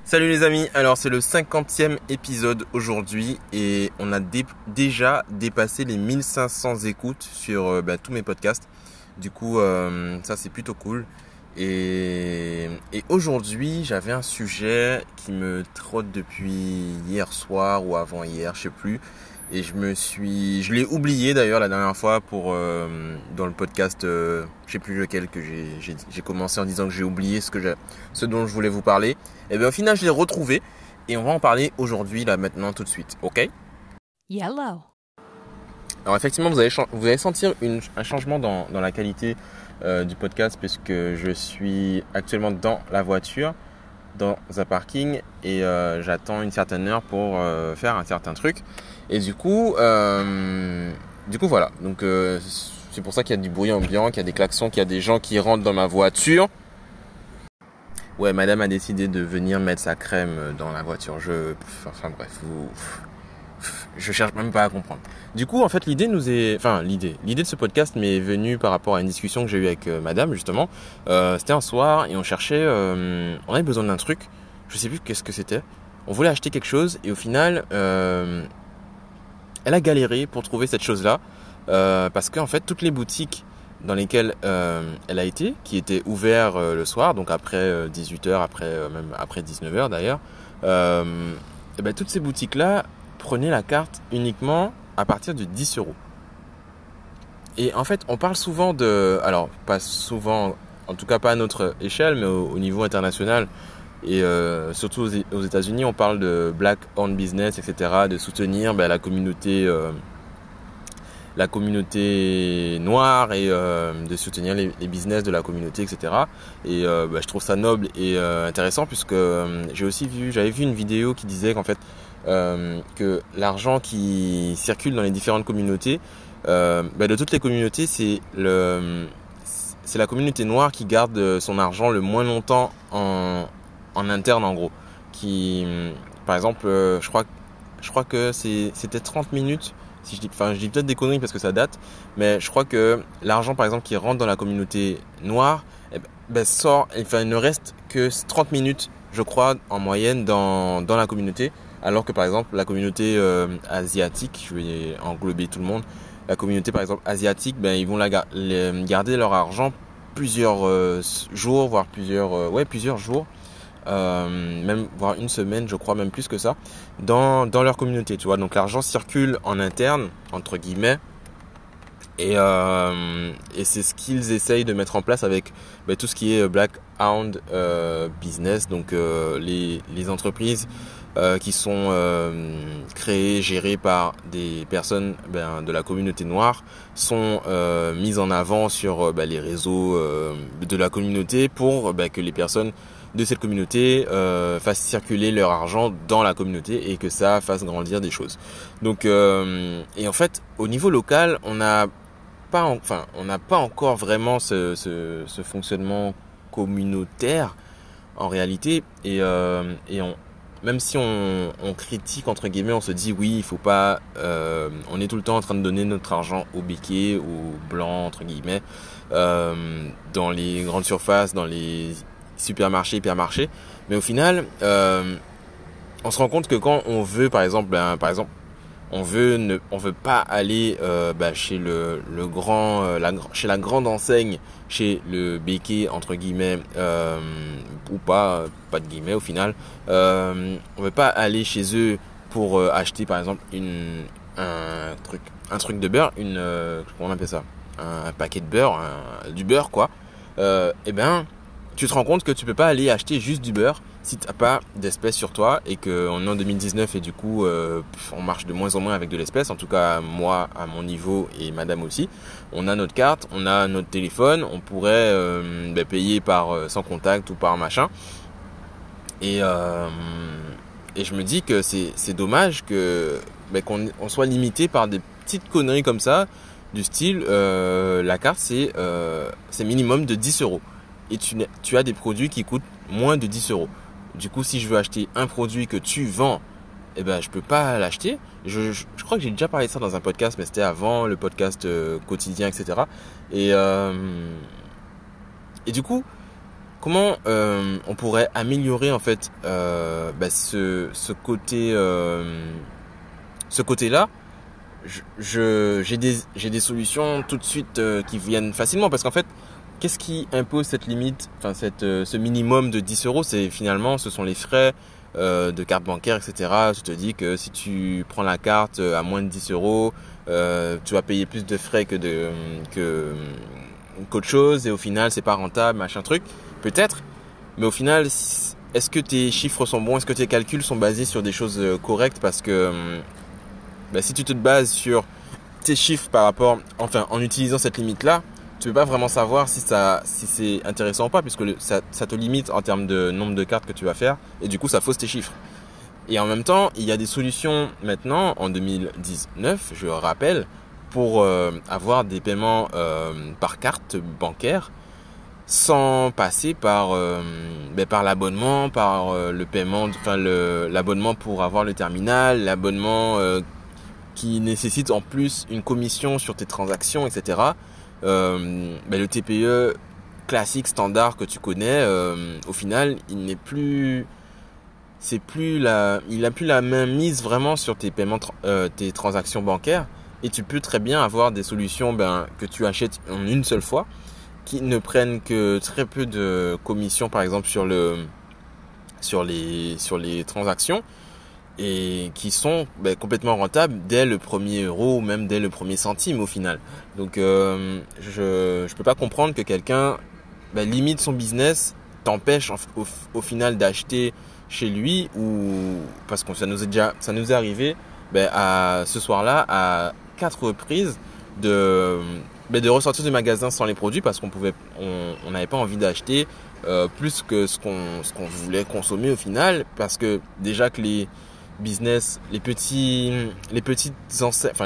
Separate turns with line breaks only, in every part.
Salut les amis, alors c'est le 50e épisode aujourd'hui et on a déjà dépassé les 1500 écoutes sur tous mes podcasts. Du coup ça c'est plutôt cool. Et aujourd'hui j'avais un sujet qui me trotte depuis hier soir ou avant hier, je sais plus. Et je l'ai oublié d'ailleurs la dernière fois dans le podcast, je sais plus lequel que j'ai commencé en disant que j'ai oublié ce dont je voulais vous parler. Et bien au final je l'ai retrouvé et on va en parler aujourd'hui là maintenant tout de suite, ok?
Yellow.
Alors effectivement vous allez sentir un changement dans la qualité du podcast puisque je suis actuellement dans la voiture, dans un parking et j'attends une certaine heure pour faire un certain truc. Et du coup voilà. Donc c'est pour ça qu'il y a du bruit ambiant, qu'il y a des klaxons, qu'il y a des gens qui rentrent dans ma voiture. Ouais, madame a décidé de venir mettre sa crème dans la voiture. Enfin bref, je cherche même pas à comprendre. Du coup, en fait, l'idée de ce podcast m'est venue par rapport à une discussion que j'ai eue avec madame, justement. C'était un soir et on cherchait, on avait besoin d'un truc. Je sais plus qu'est-ce que c'était. On voulait acheter quelque chose et au final, elle a galéré pour trouver cette chose-là. Parce qu'en fait, toutes les boutiques dans lesquelles elle a été, qui étaient ouvertes le soir, donc après 18h, même après 19h d'ailleurs, toutes ces boutiques-là prenaient la carte uniquement à partir de 10 euros. Et en fait, on parle souvent alors pas souvent, en tout cas pas à notre échelle, mais au niveau international, et surtout aux États-Unis, on parle de Black Owned Business, etc., de soutenir la communauté noire et de soutenir les business de la communauté, etc. Et je trouve ça noble et intéressant puisque j'avais vu une vidéo qui disait qu'en fait que l'argent qui circule dans les différentes communautés, de toutes les communautés, c'est la communauté noire qui garde son argent le moins longtemps en interne en gros. Par exemple, je crois que c'était 30 minutes. Je dis peut-être des conneries parce que ça date, mais je crois que l'argent par exemple qui rentre dans la communauté noire, il ne reste que 30 minutes, je crois, en moyenne dans la communauté, alors que par exemple la communauté asiatique, je vais englober tout le monde, la communauté par exemple asiatique, ils vont garder leur argent plusieurs jours, voire plusieurs jours. Même voire une semaine, je crois, même plus que ça, dans leur communauté, tu vois. Donc l'argent circule en interne, entre guillemets, et c'est ce qu'ils essayent de mettre en place avec tout ce qui est Black Owned Business, donc les entreprises qui sont créées, gérées par des personnes de la communauté noire, sont mises en avant sur les réseaux de la communauté pour que les personnes de cette communauté fassent circuler leur argent dans la communauté et que ça fasse grandir des choses. Donc et en fait au niveau local on n'a pas encore vraiment ce fonctionnement communautaire en réalité et même si on critique entre guillemets, on se dit oui, il faut pas, on est tout le temps en train de donner notre argent aux béquets, aux blancs entre guillemets, dans les grandes surfaces, dans les supermarchés, hypermarchés, mais au final, on se rend compte que quand on veut, par exemple, on veut pas aller chez chez la grande enseigne, chez le béquet entre guillemets ou pas de guillemets au final. On veut pas aller chez eux pour acheter par exemple un truc de beurre, comment on appelle ça, un paquet de beurre, du beurre quoi. Tu te rends compte que tu peux pas aller acheter juste du beurre si t'as pas d'espèces sur toi et qu'on est en 2019 et du coup on marche de moins en moins avec de l'espèce, en tout cas moi à mon niveau et madame aussi. On a notre carte, on a notre téléphone, on pourrait payer sans contact ou par machin et je me dis que c'est dommage que qu'on soit limité par des petites conneries comme ça du style la carte c'est minimum de 10 euros. Et tu as des produits qui coûtent moins de 10 euros. Du coup, si je veux acheter un produit que tu vends, je peux pas l'acheter. Je crois que j'ai déjà parlé de ça dans un podcast, mais c'était avant le podcast quotidien, etc. Et du coup, comment on pourrait améliorer en fait ce côté-là. J'ai des solutions tout de suite qui viennent facilement parce qu'en fait, qu'est-ce qui impose cette limite, enfin ce minimum de 10 euros, c'est finalement ce sont les frais de carte bancaire, etc. Tu te dis que si tu prends la carte à moins de 10 euros, tu vas payer plus de frais que qu'autre chose et au final c'est pas rentable, machin truc, peut-être. Mais au final, est-ce que tes chiffres sont bons? Est-ce que tes calculs sont basés sur des choses correctes? Parce que si tu te bases sur tes chiffres par rapport, enfin, en utilisant cette limite-là, tu peux pas vraiment savoir si c'est intéressant ou pas, puisque ça te limite en termes de nombre de cartes que tu vas faire, et du coup, ça fausse tes chiffres. Et en même temps, il y a des solutions maintenant, en 2019, je rappelle, pour avoir des paiements par carte bancaire, sans passer par l'abonnement, par le paiement, enfin l'abonnement pour avoir le terminal, l'abonnement qui nécessite en plus une commission sur tes transactions, etc. Le TPE classique standard que tu connais, au final, il a plus la main mise vraiment sur tes paiements, tes transactions bancaires, et tu peux très bien avoir des solutions que tu achètes en une seule fois, qui ne prennent que très peu de commissions, par exemple sur les transactions, et qui sont complètement rentables dès le premier euro ou même dès le premier centime au final. Donc je peux pas comprendre que quelqu'un limite son business, t'empêche au final d'acheter chez lui, ou parce que ça nous est arrivé à ce soir-là à 4 reprises de ressortir du magasin sans les produits parce on n'avait pas envie d'acheter plus que ce qu'on voulait consommer au final, parce que déjà que les petites enseignes, enfin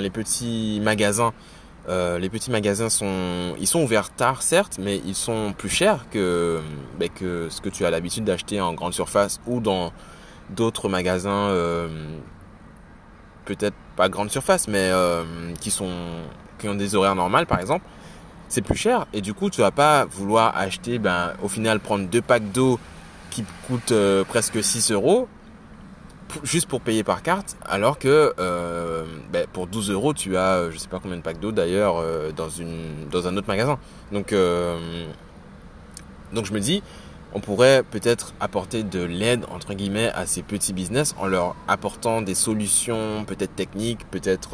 les petits magasins ils sont ouverts tard certes, mais ils sont plus chers que ce que tu as l'habitude d'acheter en grande surface ou dans d'autres magasins, peut-être pas grande surface, mais qui ont des horaires normales par exemple. C'est plus cher et du coup tu vas pas vouloir acheter, au final prendre 2 packs d'eau qui coûtent presque 6 euros juste pour payer par carte, alors que pour 12 euros tu as je sais pas combien de packs d'eau d'ailleurs dans un autre magasin. Donc je me dis, on pourrait peut-être apporter de l'aide entre guillemets à ces petits business en leur apportant des solutions peut-être techniques, peut-être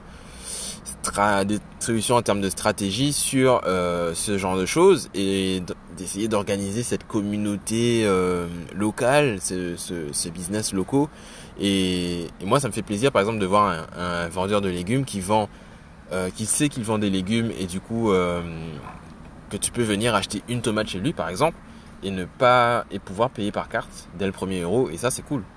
des solutions en termes de stratégie sur ce genre de choses, et d'essayer d'organiser cette communauté locale, ces business locaux. Et moi, ça me fait plaisir, par exemple, de voir un vendeur de légumes qui sait qu'il vend des légumes, et du coup, que tu peux venir acheter une tomate chez lui, par exemple, et pouvoir payer par carte dès le premier euro. Et ça, c'est cool.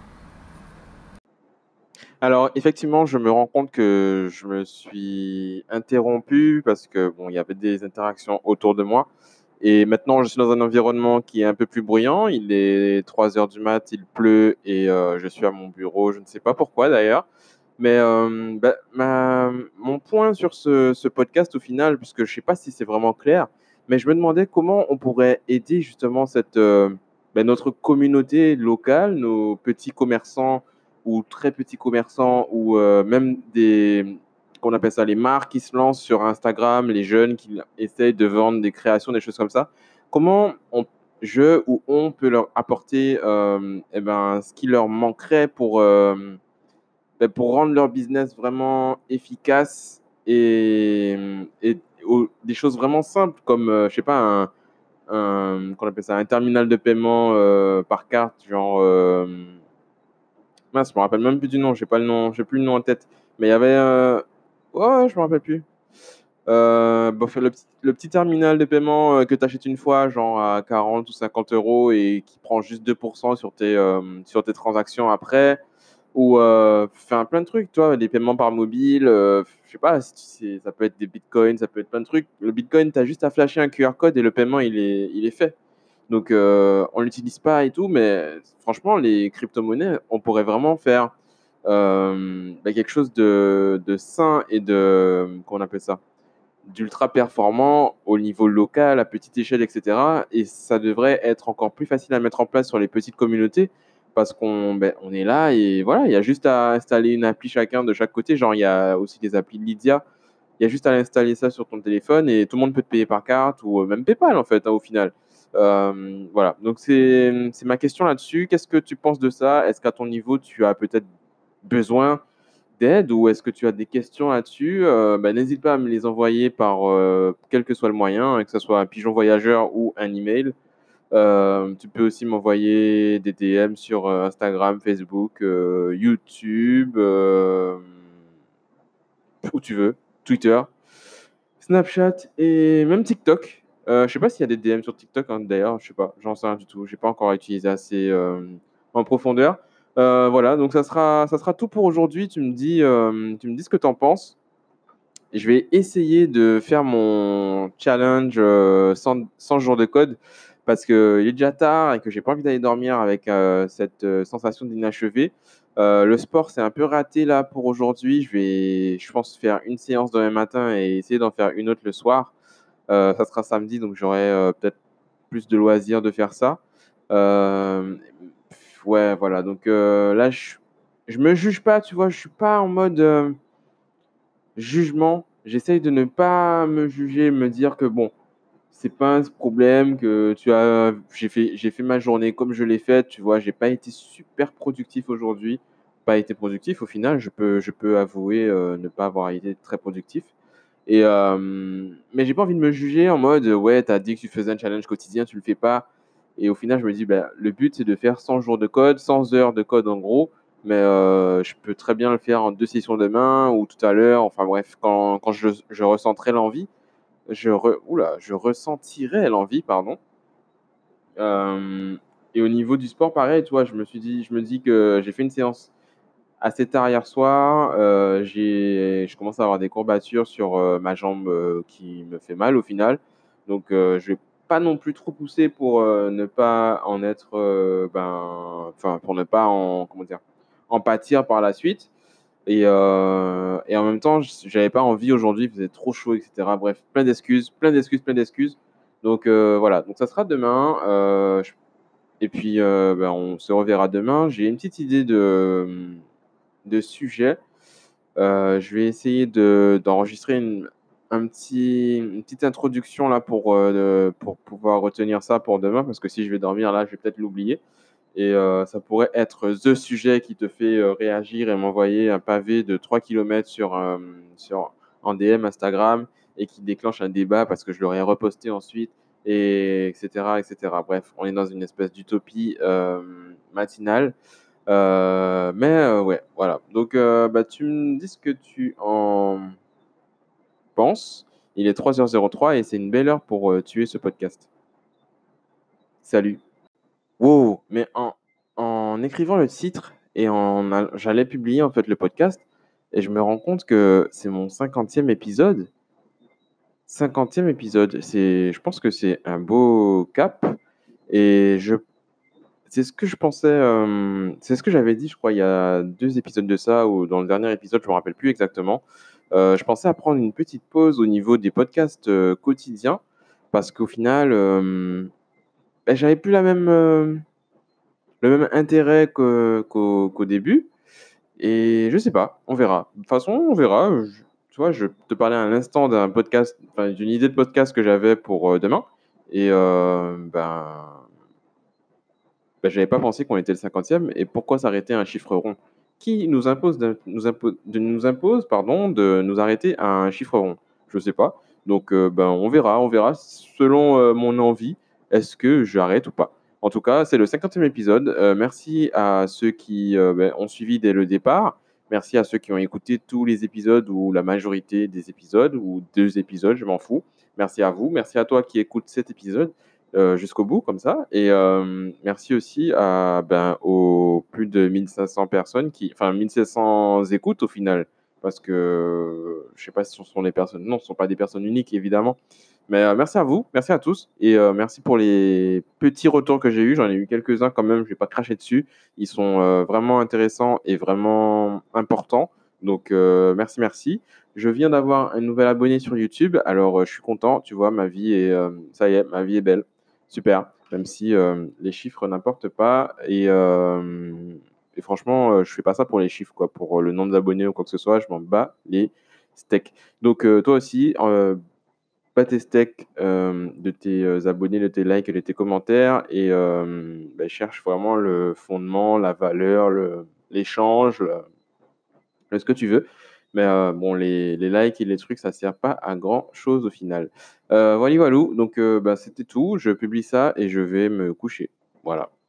Alors, effectivement, je me rends compte que je me suis interrompu parce que bon, il y avait des interactions autour de moi. Et maintenant, je suis dans un environnement qui est un peu plus bruyant. Il est 3 heures du mat, il pleut et je suis à mon bureau. Je ne sais pas pourquoi d'ailleurs. Mais mon point sur ce podcast au final, puisque je ne sais pas si c'est vraiment clair, mais je me demandais comment on pourrait aider justement notre communauté locale, nos petits commerçants ou très petits commerçants, ou même qu'on appelle ça les marques qui se lancent sur Instagram, les jeunes qui essayent de vendre des créations, des choses comme ça. Comment je ou on peut leur apporter ce qui leur manquerait pour rendre leur business vraiment efficace, et des choses vraiment simples comme, je sais pas, qu'on appelle ça, un terminal de paiement par carte, genre, mince, je me rappelle même plus du nom, j'ai pas le nom, j'ai plus le nom en tête. Mais il y avait, ouais, je me rappelle plus. Le petit terminal de paiement que tu achètes une fois, genre à 40 ou 50 euros, et qui prend juste 2% sur tes transactions après. Ou enfin, plein de trucs, toi, des paiements par mobile, je sais pas, ça peut être des bitcoins, ça peut être plein de trucs. Le bitcoin, tu as juste à flasher un QR code et le paiement, il est fait. Donc, on l'utilise pas et tout, mais franchement, les crypto-monnaies, on pourrait vraiment faire quelque chose de sain et qu'on appelle ça? d'ultra performant au niveau local, à petite échelle, etc. Et ça devrait être encore plus facile à mettre en place sur les petites communautés parce on est là et voilà, il y a juste à installer une appli chacun de chaque côté. Genre, il y a aussi des applis de Lydia. Il y a juste à installer ça sur ton téléphone et tout le monde peut te payer par carte ou même PayPal en fait, hein, au final. Voilà, donc c'est ma question là-dessus. Qu'est-ce que tu penses de ça? Est-ce qu'à ton niveau, tu as peut-être besoin d'aide ou est-ce que tu as des questions là-dessus? N'hésite pas à me les envoyer par quel que soit le moyen, hein, que ce soit un pigeon voyageur ou un email. Tu peux aussi m'envoyer des DM sur Instagram, Facebook, YouTube, où tu veux, Twitter, Snapchat et même TikTok. Je sais pas s'il y a des DM sur TikTok, hein, d'ailleurs, je sais pas, j'en sais rien du tout. J'ai pas encore utilisé assez en profondeur. Voilà, donc ça sera tout pour aujourd'hui. Tu me dis ce que tu en penses. Je vais essayer de faire mon challenge 100 jours de code parce qu'il est déjà tard et que j'ai pas envie d'aller dormir avec cette sensation d'inachevé. Le sport, c'est un peu raté là pour aujourd'hui. Je pense, faire une séance demain matin et essayer d'en faire une autre le soir. Ça sera samedi, donc j'aurai peut-être plus de loisirs de faire ça. Euh, ouais, voilà. Donc là, je me juge pas, tu vois. Je suis pas en mode jugement. J'essaye de ne pas me juger, me dire que bon, c'est pas un problème, que j'ai fait ma journée comme je l'ai faite, tu vois, j'ai pas été super productif aujourd'hui, pas été productif au final, je peux avouer ne pas avoir été très productif. Mais j'ai pas envie de me juger en mode ouais, t'as dit que tu faisais un challenge quotidien, tu le fais pas. Et au final, je me dis, le but, c'est de faire 100 jours de code, 100 heures de code en gros. Mais je peux très bien le faire en 2 sessions demain ou tout à l'heure. Enfin bref, quand je ressentirai l'envie, je ressentirai l'envie, pardon. Euh, et au niveau du sport, pareil, tu vois, je me dis que j'ai fait une séance assez tard hier soir. Je commence à avoir des courbatures sur ma jambe qui me fait mal au final. Donc, je vais pas non plus trop pousser pour ne pas en être, enfin, pour ne pas comment dire, en pâtir par la suite. Et en même temps, j'avais pas envie aujourd'hui, il faisait trop chaud, etc. Bref, plein d'excuses, plein d'excuses, plein d'excuses. Donc voilà, donc ça sera demain. Et puis on se reverra demain. J'ai une petite idée de sujet. Je vais essayer d'enregistrer une petite introduction là pour pouvoir retenir ça pour demain, parce que si je vais dormir là, je vais peut-être l'oublier. Et ça pourrait être the sujet qui te fait réagir et m'envoyer un pavé de 3 kilomètres en DM Instagram et qui déclenche un débat parce que je l'aurais reposté ensuite, et etc., etc. Bref, on est dans une espèce d'utopie matinale. Mais ouais, voilà. Donc, tu me dis ce que tu en penses. Il est 3h03 et c'est une belle heure pour tuer ce podcast. Salut. Wow, mais en écrivant le titre et j'allais publier en fait le podcast et je me rends compte que c'est mon 50e épisode. 50e épisode, je pense que c'est un beau cap et c'est ce que je pensais, c'est ce que j'avais dit, je crois, il y a 2 épisodes de ça ou dans le dernier épisode, je me rappelle plus exactement. Je pensais à prendre une petite pause au niveau des podcasts quotidiens parce qu'au final, j'avais plus le même intérêt qu'au début. Et je sais pas, on verra. De toute façon, on verra. Tu vois, je te parlais à l'instant d'un podcast, enfin, d'une idée de podcast que j'avais pour demain. Et j'avais pas pensé qu'on était le 50e. Et pourquoi s'arrêter à un chiffre rond? Qui nous impose, pardon, de nous arrêter à un chiffre rond? Je sais pas. Donc, on verra selon mon envie, est-ce que j'arrête ou pas. En tout cas, c'est le 50e épisode. Merci à ceux qui ont suivi dès le départ. Merci à ceux qui ont écouté tous les épisodes ou la majorité des épisodes ou 2 épisodes, je m'en fous. Merci à vous. Merci à toi qui écoute cet épisode jusqu'au bout comme ça. Et merci aussi aux plus de 1500 personnes enfin 1500 écoutes au final, parce que je sais pas si ce sont des personnes, non, ce sont pas des personnes uniques évidemment. Mais merci à vous, merci à tous, et merci pour les petits retours que j'ai eus. J'en ai eu quelques-uns quand même, je vais pas cracher dessus. Ils sont vraiment intéressants et vraiment importants. Donc merci, merci. je viens d'avoir un nouvel abonné sur YouTube, alors je suis content, tu vois, ma vie est, ça y est, ma vie est belle. Super, même si les chiffres n'importent pas et franchement, je fais pas ça pour les chiffres, quoi, pour le nombre d'abonnés ou quoi que ce soit, je m'en bats les steaks. Donc toi aussi, bats tes steaks de tes abonnés, de tes likes et de tes commentaires et bah, cherche vraiment le fondement, la valeur, l'échange, ce que tu veux. Mais bon, les likes et les trucs, ça sert pas à grand chose au final. Voilà, voilà. Donc, bah, c'était tout. Je publie ça et je vais me coucher. Voilà.